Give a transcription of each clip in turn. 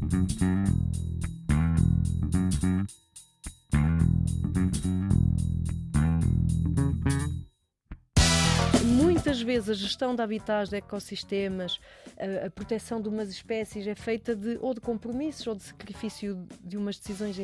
Muitas vezes a gestão de habitats, de ecossistemas, a proteção de umas espécies é feita ou de compromissos ou de sacrifício de umas decisões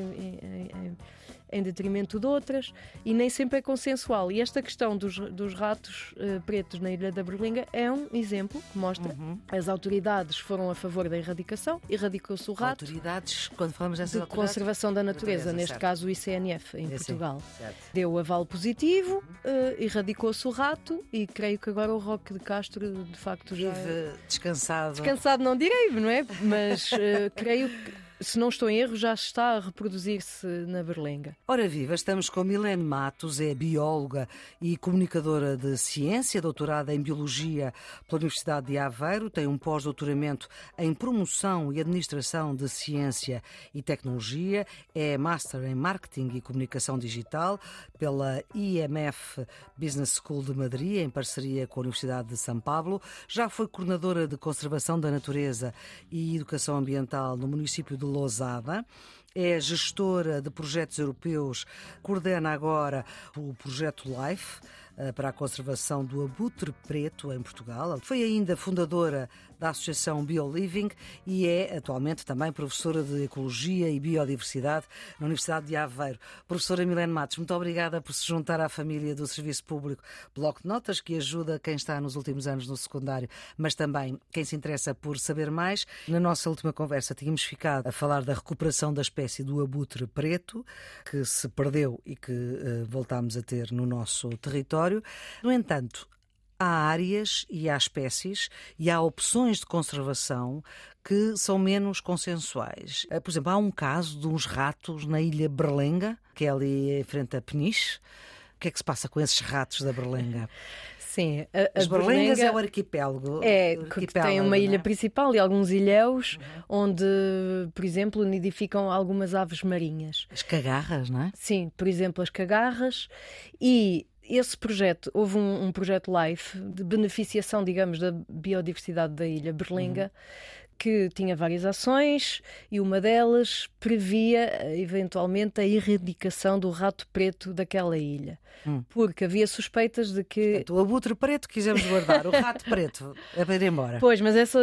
em detrimento de outras, e nem sempre é consensual. E esta questão dos ratos pretos na Ilha da Berlenga é um exemplo que mostra as autoridades foram a favor da erradicação, erradicou-se o rato. Autoridades, quando falamos dessas de autoridades? Conservação da Natureza, neste certo. caso o ICNF, em Portugal. Certo. Deu o aval positivo, erradicou-se o rato, e creio que agora o Roque de Castro, de facto, já... Vive descansado. Descansado não direi, não é? Mas creio que, se não estou em erro, já está a reproduzir-se na Berlenga. Ora viva, estamos com Milene Matos, é bióloga e comunicadora de ciência, doutorada em Biologia pela Universidade de Aveiro, tem um pós-doutoramento em Promoção e Administração de Ciência e Tecnologia, é Master em Marketing e Comunicação Digital pela IMF Business School de Madrid, em parceria com a Universidade de São Paulo, já foi coordenadora de Conservação da Natureza e Educação Ambiental no município de Lousada, é gestora de projetos europeus, coordena agora o projeto LIFE para a conservação do abutre preto em Portugal. Foi ainda fundadora da Associação BioLiving e é atualmente também professora de Ecologia e Biodiversidade na Universidade de Aveiro. Professora Milene Matos, muito obrigada por se juntar à família do Serviço Público Bloco de Notas, que ajuda quem está nos últimos anos no secundário, mas também quem se interessa por saber mais. Na nossa última conversa tínhamos ficado a falar da recuperação da espécie do abutre preto, que se perdeu e que voltámos a ter no nosso território. No entanto, há áreas e há espécies e há opções de conservação que são menos consensuais. Por exemplo, há um caso de uns ratos na Ilha Berlenga, que é ali em frente a Peniche. O que é que se passa com esses ratos da Berlenga? Sim, As Berlengas é o arquipélago. Que tem uma ilha principal e alguns ilhéus onde, por exemplo, nidificam algumas aves marinhas. As cagarras, não é? Sim, por exemplo, as cagarras. E esse projeto, houve um projeto LIFE de beneficiação, digamos, da biodiversidade da Ilha Berlenga, que tinha várias ações e uma delas previa, eventualmente, a erradicação do rato preto daquela ilha. Porque havia suspeitas de que... Portanto, o abutre preto quisemos guardar, o rato preto é para ir embora. Pois, mas essa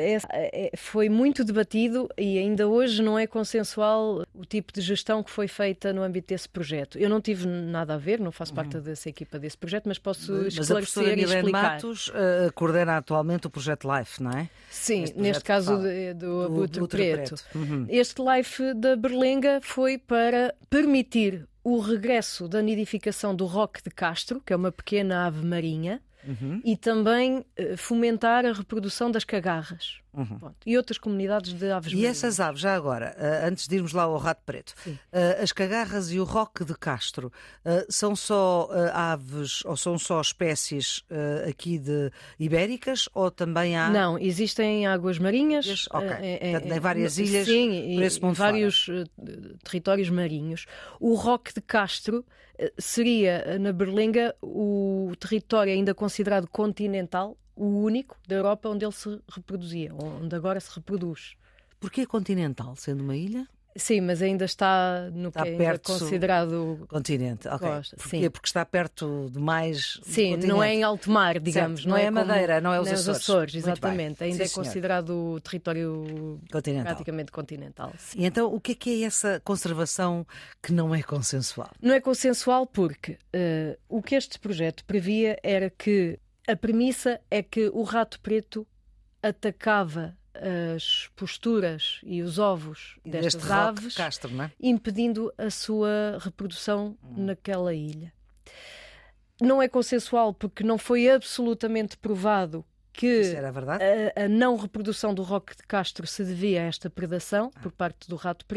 foi muito debatido e ainda hoje não é consensual o tipo de gestão que foi feita no âmbito desse projeto. Eu não tive nada a ver, não faço parte dessa equipa desse projeto, mas posso esclarecer e explicar. Mas a professora Milene Matos coordena atualmente o projeto LIFE, não é? Sim, neste caso do abutre preto. Este LIFE da Berlenga foi para permitir o regresso da nidificação do Roque de Castro, que é uma pequena ave marinha, e também fomentar a reprodução das cagarras. E outras comunidades de aves marinhas. E essas aves, já agora, antes de irmos lá ao rato preto, as cagarras e o Roque de Castro são só aves ou são só espécies aqui de ibéricas ou também há... Não, existem águas marinhas. Em várias ilhas, sim, por esse mundo vários territórios marinhos. O Roque de Castro seria, na Berlenga, o território ainda considerado continental, o único da Europa onde ele se reproduzia, onde agora se reproduz. Porquê continental, sendo uma ilha? Sim, mas ainda está no está que é perto considerado continente. Costa. Porquê? Sim. Porque está perto de mais Sim, não é em alto mar, digamos. Certo. Não é a Madeira, não é os Açores. Exatamente. Ainda Sim, é considerado território continental. praticamente continental. E então, o que é essa conservação que não é consensual? Não é consensual porque o que este projeto previa era que a premissa é que o rato preto atacava as posturas e os ovos destas aves, Castro, não é? impedindo a sua reprodução naquela ilha. Não é consensual porque não foi absolutamente provado que isso era verdade? A não reprodução do Roque de Castro se devia a esta predação por parte do rato preto.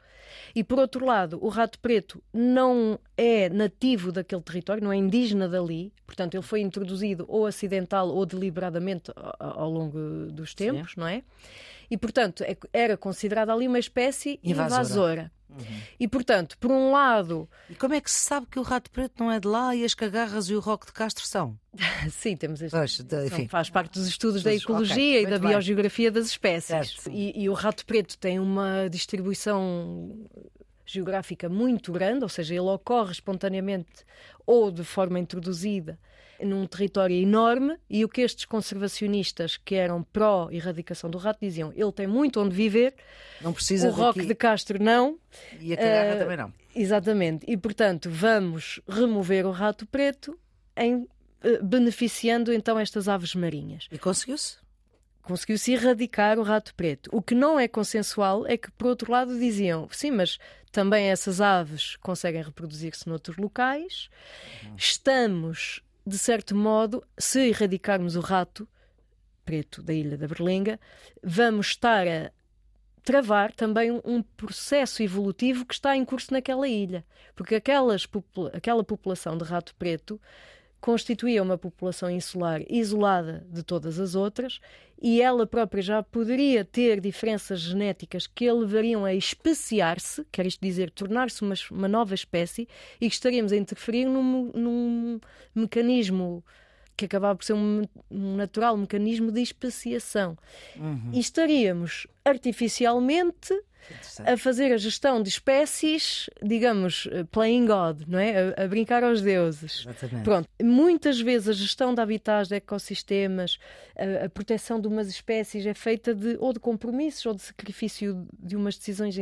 E, por outro lado, o rato preto não é nativo daquele território, não é indígena dali, portanto, ele foi introduzido ou acidental ou deliberadamente ao longo dos tempos, não é? E, portanto, era considerada ali uma espécie invasora. E, portanto, por um lado... E como é que se sabe que o rato preto não é de lá e as cagarras e o roque de Castro são? Sim, temos este... Enfim. Faz parte dos estudos da ecologia e da biogeografia das espécies. E o rato preto tem uma distribuição geográfica muito grande, ou seja, ele ocorre espontaneamente ou de forma introduzida num território enorme, e o que estes conservacionistas que eram pró-erradicação do rato diziam, ele tem muito onde viver, não precisa o roque de Castro não. E a cagarra também não. Exatamente. E, portanto, vamos remover o rato preto beneficiando então estas aves marinhas. E conseguiu-se? Conseguiu-se erradicar o rato preto. O que não é consensual é que, por outro lado, diziam, sim, mas também essas aves conseguem reproduzir-se noutros locais. Estamos, de certo modo, se erradicarmos o rato preto da Ilha da Berlenga, vamos estar a travar também um processo evolutivo que está em curso naquela ilha. Porque aquela população de rato preto constituía uma população insular isolada de todas as outras, e ela própria já poderia ter diferenças genéticas que a levariam a especiar-se, quer isto dizer, tornar-se uma nova espécie, e que estaríamos a interferir num mecanismo que acabava por ser um natural mecanismo de especiação. E estaríamos artificialmente a fazer a gestão de espécies, digamos, playing God, não é? A brincar aos deuses. Exatamente. Pronto. Muitas vezes a gestão de habitats, de ecossistemas, a proteção de umas espécies é feita ou de compromissos ou de sacrifício de umas decisões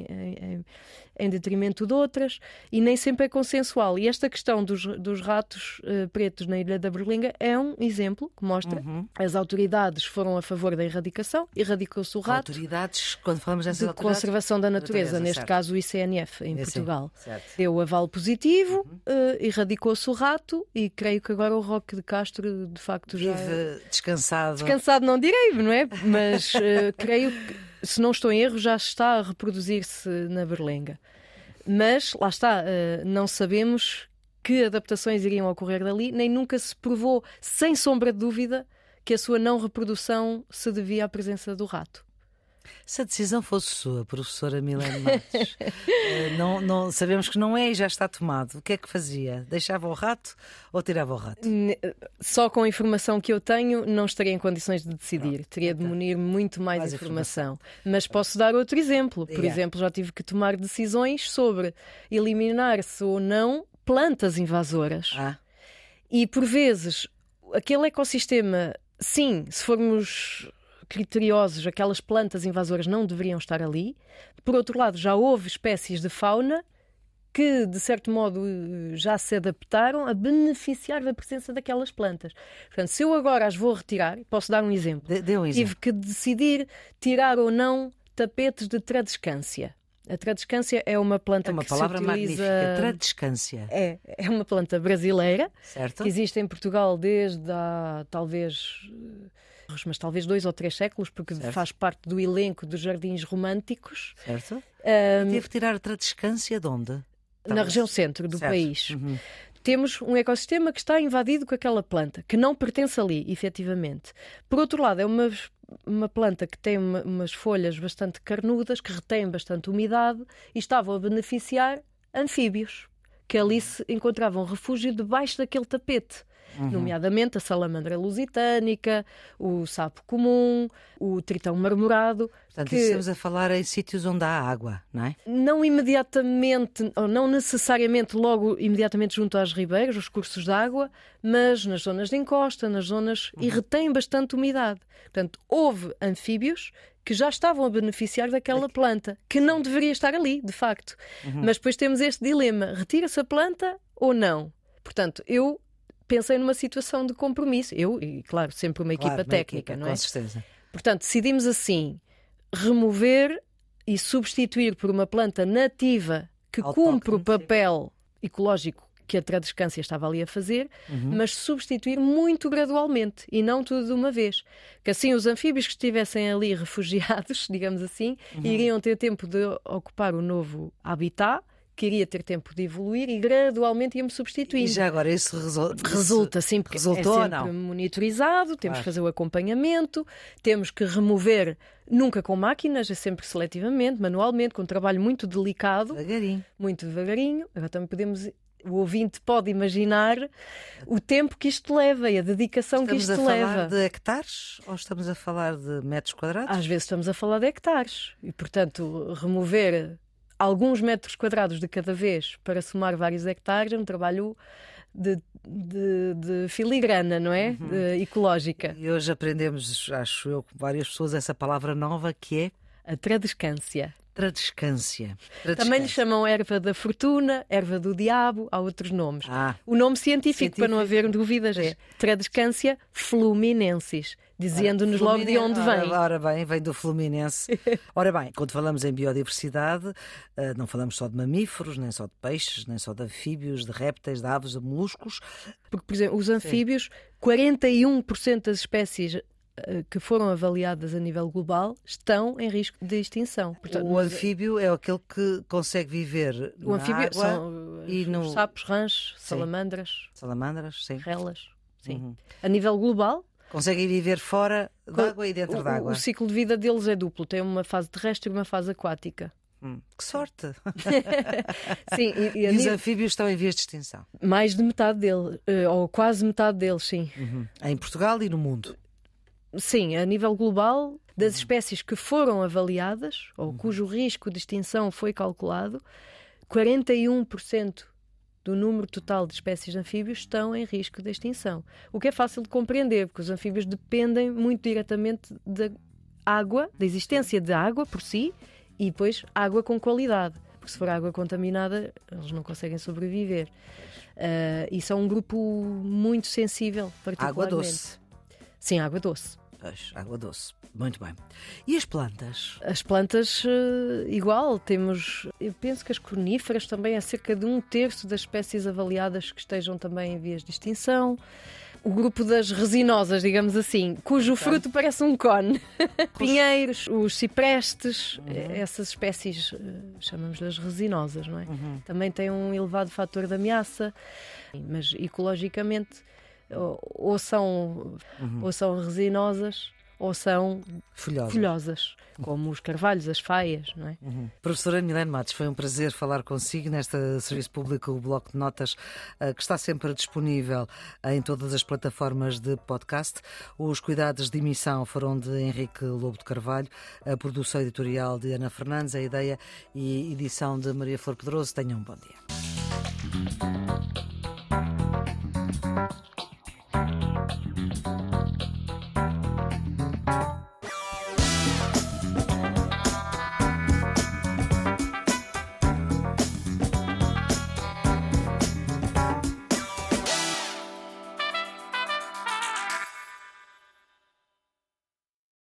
em detrimento de outras, e nem sempre é consensual. E esta questão dos ratos pretos na Ilha da Berlenga é um exemplo que mostra as autoridades foram a favor da erradicação, erradicou-se o rato. Autoridades, quando falamos dessas autoridades... Conservação da natureza, neste certo. caso o ICNF, em Portugal. Certo. Deu o aval positivo, erradicou-se o rato, e creio que agora o roque de Castro, de facto, já... Vive descansado. Descansado não direi, não é? Mas creio que, se não estou em erro, já está a reproduzir-se na Berlenga. Mas, lá está, não sabemos que adaptações iriam ocorrer dali, nem nunca se provou, sem sombra de dúvida, que a sua não reprodução se devia à presença do rato. Se a decisão fosse sua, professora Milene Matos, não, sabemos que não é e já está tomado, o que é que fazia? Deixava o rato ou tirava o rato? Só com a informação que eu tenho não estaria em condições de decidir. Teria de munir muito mais informação. Mas posso dar outro exemplo. Por exemplo, já tive que tomar decisões sobre eliminar-se ou não plantas invasoras. E por vezes aquele ecossistema, sim, se formos criteriosos, aquelas plantas invasoras não deveriam estar ali. Por outro lado, já houve espécies de fauna que, de certo modo, já se adaptaram a beneficiar da presença daquelas plantas. Portanto, se eu agora as vou retirar, posso dar um exemplo. Dê um exemplo. Tive que decidir tirar ou não tapetes de tradescância. A tradescância é uma planta que se utiliza... É uma palavra magnífica, tradescância. É uma planta brasileira, certo, que existe em Portugal desde há, talvez 2 ou 3 séculos, porque certo, faz parte do elenco dos jardins românticos. Certo. E teve que tirar a tradescância de onde? Na região centro do certo, país. Temos um ecossistema que está invadido com aquela planta, que não pertence ali, efetivamente. Por outro lado, é uma planta que tem umas folhas bastante carnudas, que retém bastante umidade, e estavam a beneficiar anfíbios, que ali se encontravam refúgio debaixo daquele tapete. Nomeadamente a salamandra lusitânica, o sapo comum, o tritão marmorado. Portanto, estamos a falar em sítios onde há água, não é? Não imediatamente, ou não necessariamente logo imediatamente junto às ribeiras, os cursos de água, mas nas zonas de encosta, nas zonas... E retém bastante umidade. Portanto, houve anfíbios que já estavam a beneficiar daquela planta, que não deveria estar ali, de facto. Mas depois temos este dilema, retira-se a planta ou não? Portanto, eu pensei numa situação de compromisso. Eu, e claro, sempre uma equipa técnica, não é? Com certeza. Portanto, decidimos assim, remover e substituir por uma planta nativa que cumpre o papel ecológico que a tradescância estava ali a fazer, mas substituir muito gradualmente e não tudo de uma vez. Que assim os anfíbios que estivessem ali refugiados, digamos assim, iriam ter tempo de ocupar o novo habitat, que iria ter tempo de evoluir e gradualmente íamos substituindo. E já agora isso resulta, sim, porque resultou, é sempre monitorizado, temos que fazer o acompanhamento, temos que remover, nunca com máquinas, é sempre seletivamente, manualmente, com um trabalho muito delicado. Devagarinho. Muito devagarinho. Agora também podemos... O ouvinte pode imaginar o tempo que isto leva e a dedicação que isto leva. Estamos a falar de hectares ou estamos a falar de metros quadrados? Às vezes estamos a falar de hectares e, portanto, remover alguns metros quadrados de cada vez para somar vários hectares é um trabalho de filigrana, não é? Ecológica. E hoje aprendemos, acho eu, com várias pessoas, essa palavra nova que é a tradescância. Tradescância. Também lhe chamam erva da fortuna, erva do diabo, há outros nomes. O nome científico, para não haver dúvidas, é Tradescância fluminensis, dizendo-nos logo de onde vem. Ora bem, vem do Fluminense. Ora bem, quando falamos em biodiversidade, não falamos só de mamíferos, nem só de peixes, nem só de anfíbios, de répteis, de aves, de moluscos. Porque, por exemplo, os anfíbios, 41% das espécies que foram avaliadas a nível global estão em risco de extinção. Portanto, o anfíbio é aquele que consegue viver na água são e no... sapos, rãs, salamandras, sim. relas. Sim. A nível global... Conseguem viver fora d'água e dentro d'água. O ciclo de vida deles é duplo. Tem uma fase terrestre e uma fase aquática. Que sorte! Sim, e os anfíbios estão em vias de extinção? Mais de metade deles, ou quase metade deles, sim. Em Portugal e no mundo? Sim, a nível global, das espécies que foram avaliadas, ou cujo risco de extinção foi calculado, 41% do número total de espécies de anfíbios estão em risco de extinção. O que é fácil de compreender, porque os anfíbios dependem muito diretamente da água, da existência de água por si, e depois água com qualidade. Porque se for água contaminada, eles não conseguem sobreviver. E são um grupo muito sensível, particularmente. Água doce. Sim, água doce. Água doce, muito bem. E as plantas? As plantas, igual, temos... Eu penso que as coníferas também é cerca de 1/3 das espécies avaliadas que estejam também em vias de extinção. O grupo das resinosas, digamos assim, cujo fruto parece um cone. Pinheiros, os ciprestes, essas espécies, chamamos-las resinosas, não é? Também têm um elevado fator de ameaça, mas ecologicamente... Ou são resinosas ou são folhosas, como os carvalhos, as faias, não é? Professora Milene Matos, foi um prazer falar consigo nesta Serviço Público, o Bloco de Notas, que está sempre disponível em todas as plataformas de podcast. Os cuidados de emissão foram de Henrique Lobo de Carvalho, a produção editorial de Ana Fernandes, a ideia e edição de Maria Flor Pedroso. Tenham um bom dia.